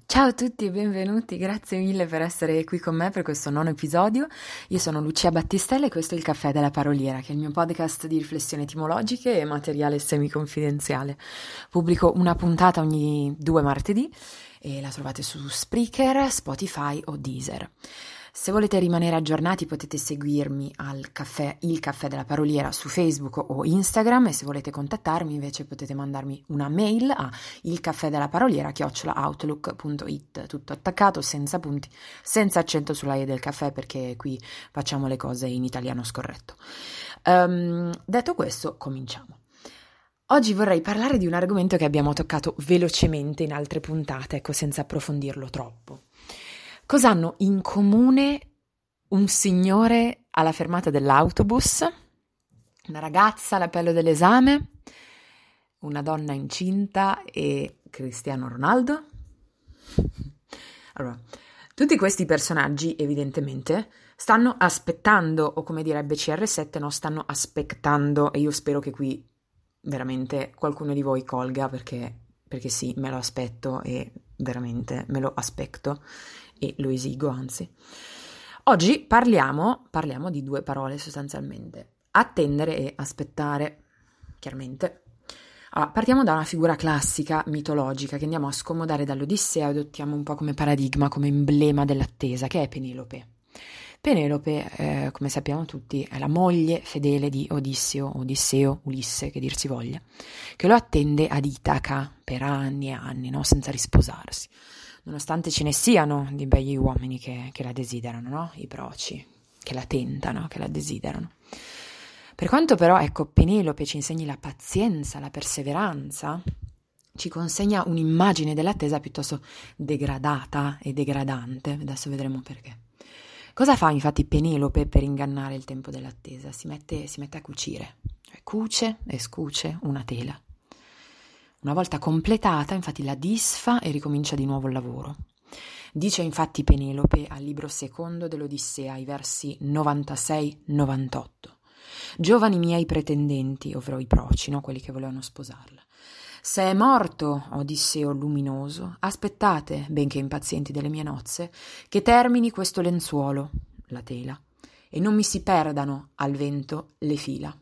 Ciao a tutti e benvenuti, grazie mille per essere qui con me per questo nono episodio. Io sono Lucia Battistella e questo è il Caffè della Paroliera, che è il mio podcast di riflessioni etimologiche e materiale semi-confidenziale. Pubblico una puntata ogni 2 martedì e la trovate su Spreaker, Spotify o Deezer. Se volete rimanere aggiornati potete seguirmi al il Caffè della Paroliera su Facebook o Instagram, e se volete contattarmi invece potete mandarmi una mail a ilcaffedelaparoliera@outlook.it, tutto attaccato, senza punti, senza accento sulla E del caffè, perché qui facciamo le cose in italiano scorretto. Detto questo, cominciamo. Oggi vorrei parlare di un argomento che abbiamo toccato velocemente in altre puntate, senza approfondirlo troppo. Cosa hanno in comune un signore alla fermata dell'autobus, una ragazza all'appello dell'esame, una donna incinta e Cristiano Ronaldo? Allora, tutti questi personaggi evidentemente stanno aspettando, o come direbbe CR7, no, stanno aspettando, e io spero che qui veramente qualcuno di voi colga, perché sì, me lo aspetto e veramente me lo aspetto. E lo esigo, anzi. Oggi parliamo di due parole sostanzialmente: attendere e aspettare, chiaramente. Allora, partiamo da una figura classica, mitologica, che andiamo a scomodare dall'Odissea e adottiamo un po' come paradigma, come emblema dell'attesa, che è Penelope. Penelope, come sappiamo tutti, è la moglie fedele di Odisseo, Ulisse, che dir si voglia, che lo attende ad Itaca per anni e anni, no? Senza risposarsi. Nonostante ce ne siano di begli uomini che la desiderano, no? I proci, che la tentano, che la desiderano. Per quanto però, Penelope ci insegni la pazienza, la perseveranza, ci consegna un'immagine dell'attesa piuttosto degradata e degradante. Adesso vedremo perché. Cosa fa infatti Penelope per ingannare il tempo dell'attesa? Si mette a cucire, cioè cuce e scuce una tela. Una volta completata, infatti, la disfa e ricomincia di nuovo il lavoro. Dice infatti Penelope al libro secondo dell'Odissea, ai versi 96-98. Giovani miei pretendenti, ovvero i proci, no? Quelli che volevano sposarla. Se è morto Odisseo luminoso, aspettate, benché impazienti delle mie nozze, che termini questo lenzuolo, la tela, e non mi si perdano al vento le fila.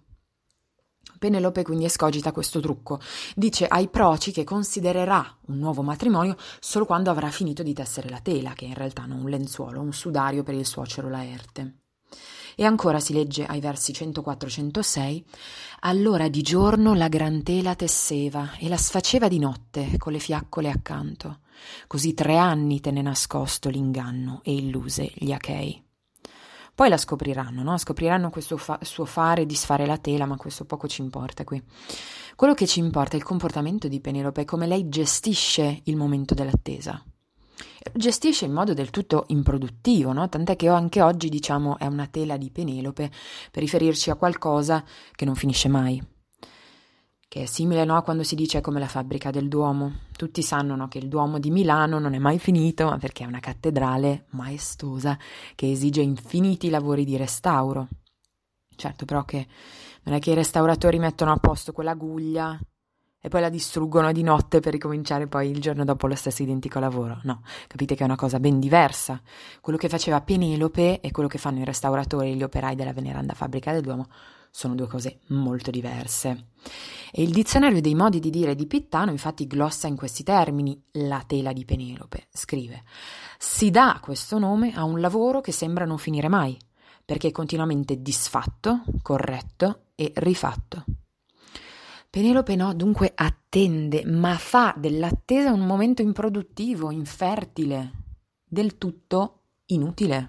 Penelope quindi escogita questo trucco. Dice ai proci che considererà un nuovo matrimonio solo quando avrà finito di tessere la tela, che in realtà non un lenzuolo, un sudario per il suocero Laerte. E ancora si legge ai versi 104-106: allora di giorno la gran tela tesseva e la sfaceva di notte con le fiaccole accanto. Così 3 anni tenne nascosto l'inganno e illuse gli Achei. Poi la scopriranno, no? Scopriranno questo suo fare e disfare la tela, ma questo poco ci importa qui. Quello che ci importa è il comportamento di Penelope, come lei gestisce il momento dell'attesa. Gestisce in modo del tutto improduttivo, no? Tant'è che anche oggi diciamo è una tela di Penelope per riferirci a qualcosa che non finisce mai. Che è simile, no, a quando si dice come la fabbrica del Duomo. Tutti sanno, no, che il Duomo di Milano non è mai finito, ma perché è una cattedrale maestosa che esige infiniti lavori di restauro. Certo, però che non è che i restauratori mettono a posto quella guglia e poi la distruggono di notte per ricominciare poi il giorno dopo lo stesso identico lavoro. No, capite che è una cosa ben diversa. Quello che faceva Penelope e quello che fanno i restauratori e gli operai della veneranda fabbrica del Duomo sono due cose molto diverse. E il dizionario dei modi di dire di Pittano infatti glossa in questi termini la tela di Penelope. Scrive: si dà questo nome a un lavoro che sembra non finire mai, perché è continuamente disfatto, corretto e rifatto. Penelope no, dunque attende, ma fa dell'attesa un momento improduttivo, infertile, del tutto inutile.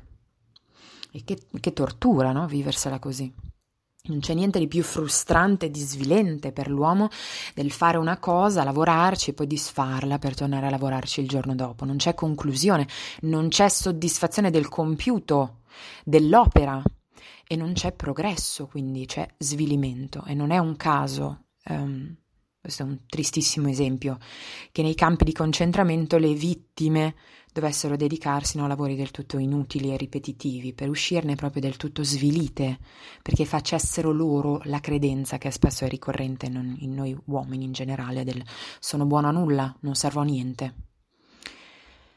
E che tortura, no? Viversela così. Non c'è niente di più frustrante e di svilente per l'uomo del fare una cosa, lavorarci e poi disfarla per tornare a lavorarci il giorno dopo. Non c'è conclusione, non c'è soddisfazione del compiuto dell'opera e non c'è progresso, quindi c'è svilimento. E non è un caso, questo è un tristissimo esempio, che nei campi di concentramento le vittime dovessero dedicarsi a lavori del tutto inutili e ripetitivi per uscirne proprio del tutto svilite, perché facessero loro la credenza che spesso è ricorrente in noi uomini in generale del sono buono a nulla, non servo a niente.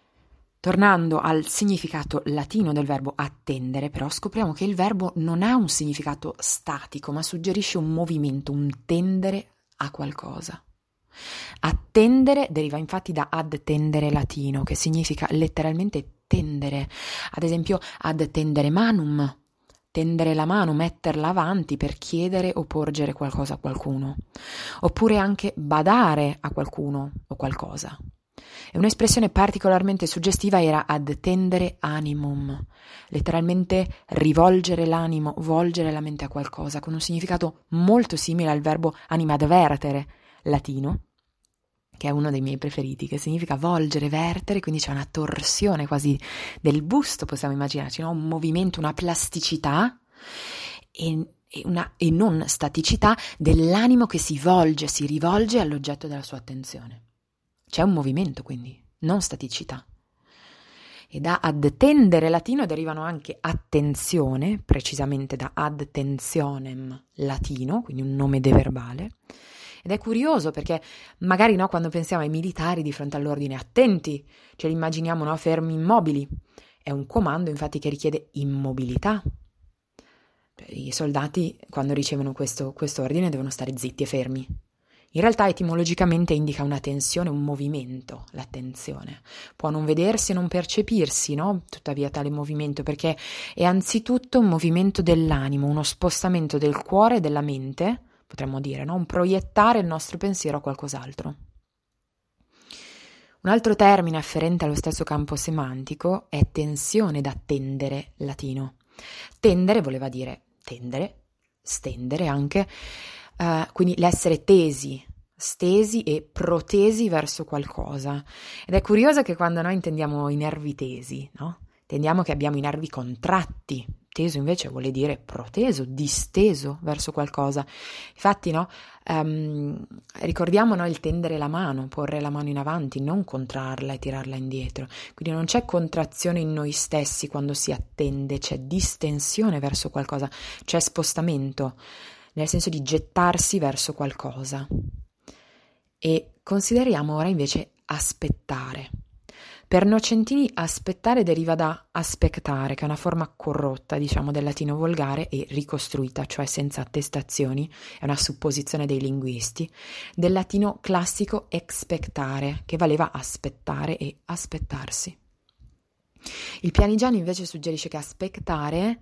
Tornando al significato latino del verbo attendere, però scopriamo che il verbo non ha un significato statico, ma suggerisce un movimento, un tendere a qualcosa. Attendere deriva infatti da ad tendere latino, che significa letteralmente tendere. Ad esempio, ad tendere manum, tendere la mano, metterla avanti per chiedere o porgere qualcosa a qualcuno. Oppure anche badare a qualcuno o qualcosa. E un'espressione particolarmente suggestiva era ad tendere animum, letteralmente rivolgere l'animo, volgere la mente a qualcosa, con un significato molto simile al verbo animadvertere latino, che è uno dei miei preferiti, che significa volgere, vertere, quindi c'è una torsione quasi del busto, possiamo immaginarci, no? Un movimento, una plasticità e non staticità dell'animo che si volge, si rivolge all'oggetto della sua attenzione. C'è un movimento, quindi, non staticità. E da attendere latino derivano anche attenzione, precisamente da attentionem latino, quindi un nome deverbale. Ed è curioso perché magari no, quando pensiamo ai militari di fronte all'ordine attenti, ce li immaginiamo no, fermi immobili. È un comando infatti che richiede immobilità. I soldati quando ricevono questo ordine devono stare zitti e fermi. In realtà etimologicamente indica una tensione, un movimento, l'attenzione. Può non vedersi e non percepirsi, no? Tuttavia tale movimento, perché è anzitutto un movimento dell'animo, uno spostamento del cuore e della mente, potremmo dire, no? Un proiettare il nostro pensiero a qualcos'altro. Un altro termine afferente allo stesso campo semantico è tensione da tendere, latino. Tendere voleva dire tendere, stendere anche, quindi l'essere tesi, stesi e protesi verso qualcosa. Ed è curioso che quando noi intendiamo i nervi tesi, no? Intendiamo che abbiamo i nervi contratti. Teso invece vuole dire proteso, disteso verso qualcosa. Infatti, no? Ricordiamo no, il tendere la mano, porre la mano in avanti, non contrarla e tirarla indietro. Quindi non c'è contrazione in noi stessi quando si attende, c'è distensione verso qualcosa, c'è spostamento, nel senso di gettarsi verso qualcosa. E consideriamo ora invece aspettare. Per Nocentini aspettare deriva da aspettare, che è una forma corrotta, diciamo, del latino volgare e ricostruita, cioè senza attestazioni, è una supposizione dei linguisti, del latino classico expectare, che valeva aspettare e aspettarsi. Il Pianigiani invece suggerisce che aspettare,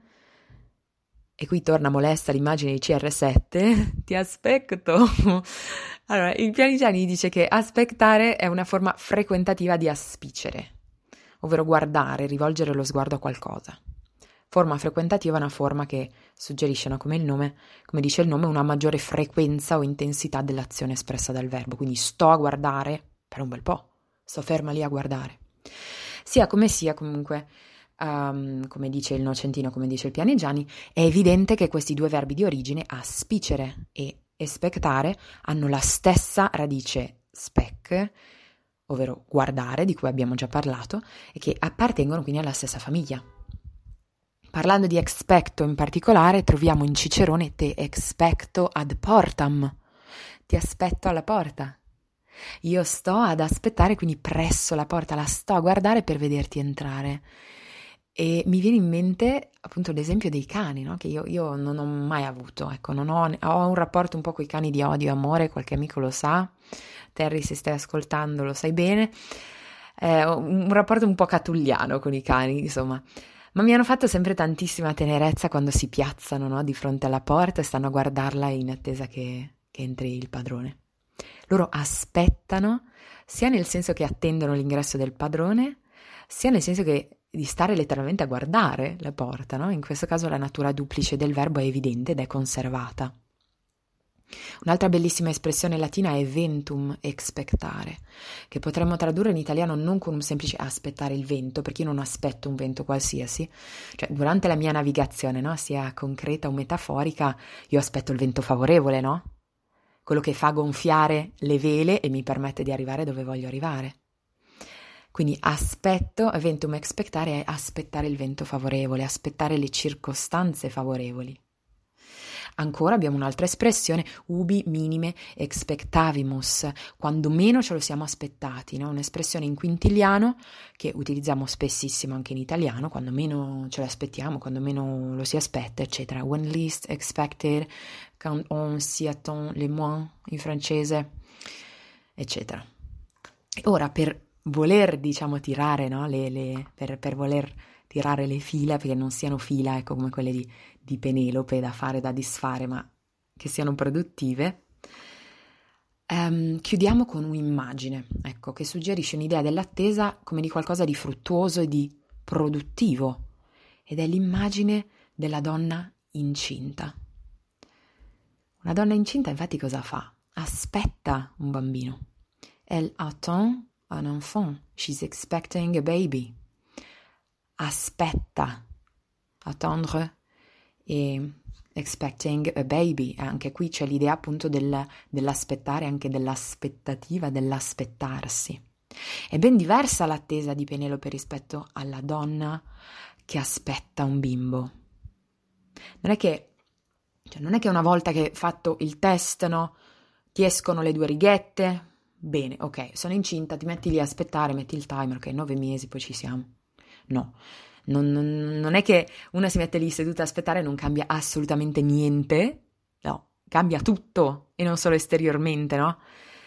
e qui torna molesta l'immagine di CR7, ti aspetto. Allora, il Pianigiani dice che aspettare è una forma frequentativa di aspicere, ovvero guardare, rivolgere lo sguardo a qualcosa. Forma frequentativa è una forma che suggerisce, no, come dice il nome, una maggiore frequenza o intensità dell'azione espressa dal verbo. Quindi sto a guardare per un bel po', sto ferma lì a guardare. Sia come sia, comunque, come dice il Nocentino, come dice il Pianigiani, è evidente che questi due verbi di origine, aspicere e espectare, hanno la stessa radice spec, ovvero guardare, di cui abbiamo già parlato, e che appartengono quindi alla stessa famiglia. Parlando di expecto in particolare, troviamo in Cicerone te expecto ad portam, ti aspetto alla porta. Io sto ad aspettare, quindi presso la porta, la sto a guardare per vederti entrare. E mi viene in mente appunto l'esempio dei cani, no? Che io non ho mai avuto, ecco, ho un rapporto un po' con i cani di odio e amore, qualche amico lo sa, Terry se stai ascoltando lo sai bene, un rapporto un po' catulliano con i cani, insomma, ma mi hanno fatto sempre tantissima tenerezza quando si piazzano, no? Di fronte alla porta e stanno a guardarla in attesa che entri il padrone. Loro aspettano, sia nel senso che attendono l'ingresso del padrone, sia nel senso che di stare letteralmente a guardare la porta, no? In questo caso la natura duplice del verbo è evidente ed è conservata. Un'altra bellissima espressione latina è ventum expectare, che potremmo tradurre in italiano non con un semplice aspettare il vento, perché io non aspetto un vento qualsiasi, cioè durante la mia navigazione, no? Sia concreta o metaforica, io aspetto il vento favorevole, no? Quello che fa gonfiare le vele e mi permette di arrivare dove voglio arrivare. Quindi ventum expectare è aspettare il vento favorevole, aspettare le circostanze favorevoli. Ancora abbiamo un'altra espressione, ubi minime expectavimus, quando meno ce lo siamo aspettati, no? Un'espressione in quintiliano che utilizziamo spessissimo anche in italiano, quando meno ce l'aspettiamo, quando meno lo si aspetta, eccetera. When least expected, quand on s'y attend le moins in francese, eccetera. Ora, per voler, diciamo, tirare, no? Per voler tirare le fila, perché non siano fila, ecco, come quelle di Penelope da fare, da disfare, ma che siano produttive, chiudiamo con un'immagine, ecco, che suggerisce un'idea dell'attesa come di qualcosa di fruttuoso e di produttivo, ed è l'immagine della donna incinta. Una donna incinta infatti cosa fa? Aspetta un bambino. Elle attend un enfant. She's expecting a baby. Aspetta. Attendre e expecting a baby. Anche qui c'è l'idea appunto dell'aspettare, anche dell'aspettativa, dell'aspettarsi. È ben diversa l'attesa di Penelope rispetto alla donna che aspetta un bimbo. Non è che una volta che hai fatto il test, no, ti escono le 2 righette, bene, ok, sono incinta, ti metti lì a aspettare, metti il timer, ok, 9 mesi, poi ci siamo. No, non è che una si mette lì seduta a aspettare e non cambia assolutamente niente, no, cambia tutto e non solo esteriormente, no?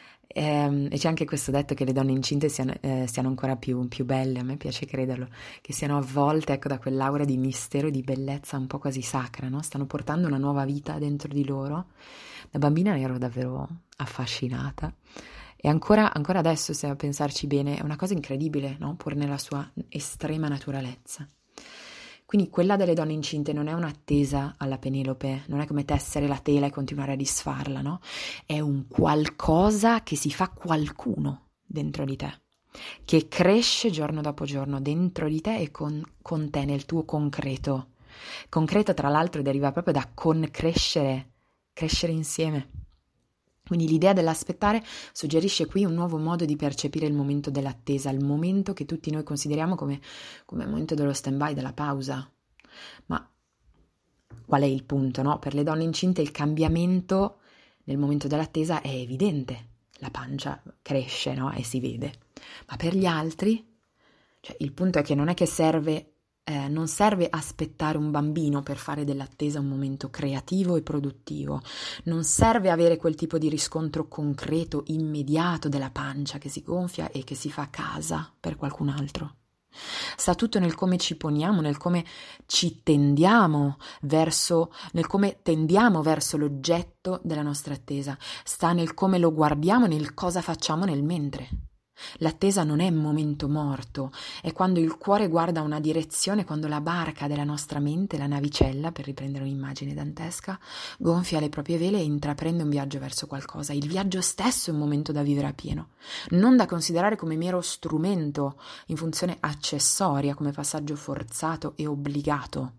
E c'è anche questo detto che le donne incinte siano ancora più belle, a me piace crederlo, che siano avvolte, ecco, da quell'aura di mistero e di bellezza un po' quasi sacra, no? Stanno portando una nuova vita dentro di loro. Da bambina ne ero davvero affascinata e ancora adesso, se a pensarci bene, è una cosa incredibile, no? Pur nella sua estrema naturalezza. Quindi quella delle donne incinte non è un'attesa alla Penelope, non è come tessere la tela e continuare a disfarla, no? È un qualcosa che si fa qualcuno dentro di te, che cresce giorno dopo giorno dentro di te e con te nel tuo concreto. Concreto, tra l'altro, deriva proprio da crescere insieme. Quindi l'idea dell'aspettare suggerisce qui un nuovo modo di percepire il momento dell'attesa, il momento che tutti noi consideriamo come il momento dello stand-by, della pausa. Ma qual è il punto, no? Per le donne incinte il cambiamento nel momento dell'attesa è evidente. La pancia cresce, no? E si vede. Ma per gli altri, cioè, il punto è che non è che non serve aspettare un bambino per fare dell'attesa un momento creativo e produttivo, non serve avere quel tipo di riscontro concreto, immediato della pancia che si gonfia e che si fa casa per qualcun altro. Sta tutto nel come ci poniamo, nel come ci tendiamo nel come tendiamo verso l'oggetto della nostra attesa, sta nel come lo guardiamo, nel cosa facciamo nel mentre. L'attesa non è un momento morto, è quando il cuore guarda una direzione, quando la barca della nostra mente, la navicella, per riprendere un'immagine dantesca, gonfia le proprie vele e intraprende un viaggio verso qualcosa. Il viaggio stesso è un momento da vivere a pieno, non da considerare come mero strumento in funzione accessoria, come passaggio forzato e obbligato.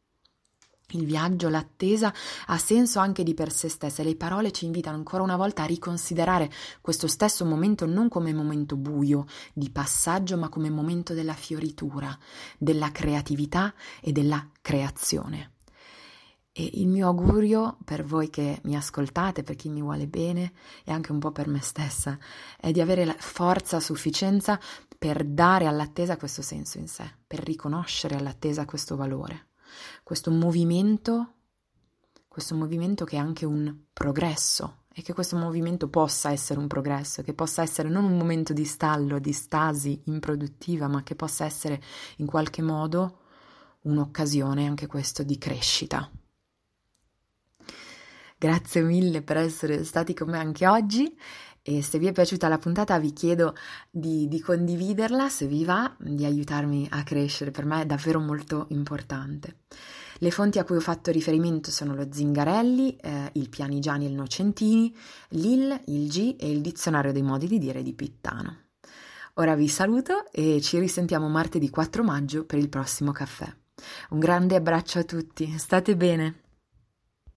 Il viaggio, l'attesa, ha senso anche di per sé stessa e le parole ci invitano ancora una volta a riconsiderare questo stesso momento non come momento buio, di passaggio, ma come momento della fioritura, della creatività e della creazione. E il mio augurio per voi che mi ascoltate, per chi mi vuole bene e anche un po' per me stessa, è di avere la forza a sufficienza per dare all'attesa questo senso in sé, per riconoscere all'attesa questo valore. Questo movimento che è anche un progresso e che questo movimento possa essere un progresso, che possa essere non un momento di stallo, di stasi improduttiva, ma che possa essere in qualche modo un'occasione anche questo di crescita. Grazie mille per essere stati con me anche oggi. E se vi è piaciuta la puntata vi chiedo di condividerla, se vi va, di aiutarmi a crescere, per me è davvero molto importante. Le fonti a cui ho fatto riferimento sono lo Zingarelli, il Pianigiani e il Nocentini, l'IL, il G e il Dizionario dei modi di dire di Pittano. Ora vi saluto e ci risentiamo martedì 4 maggio per il prossimo caffè. Un grande abbraccio a tutti, state bene!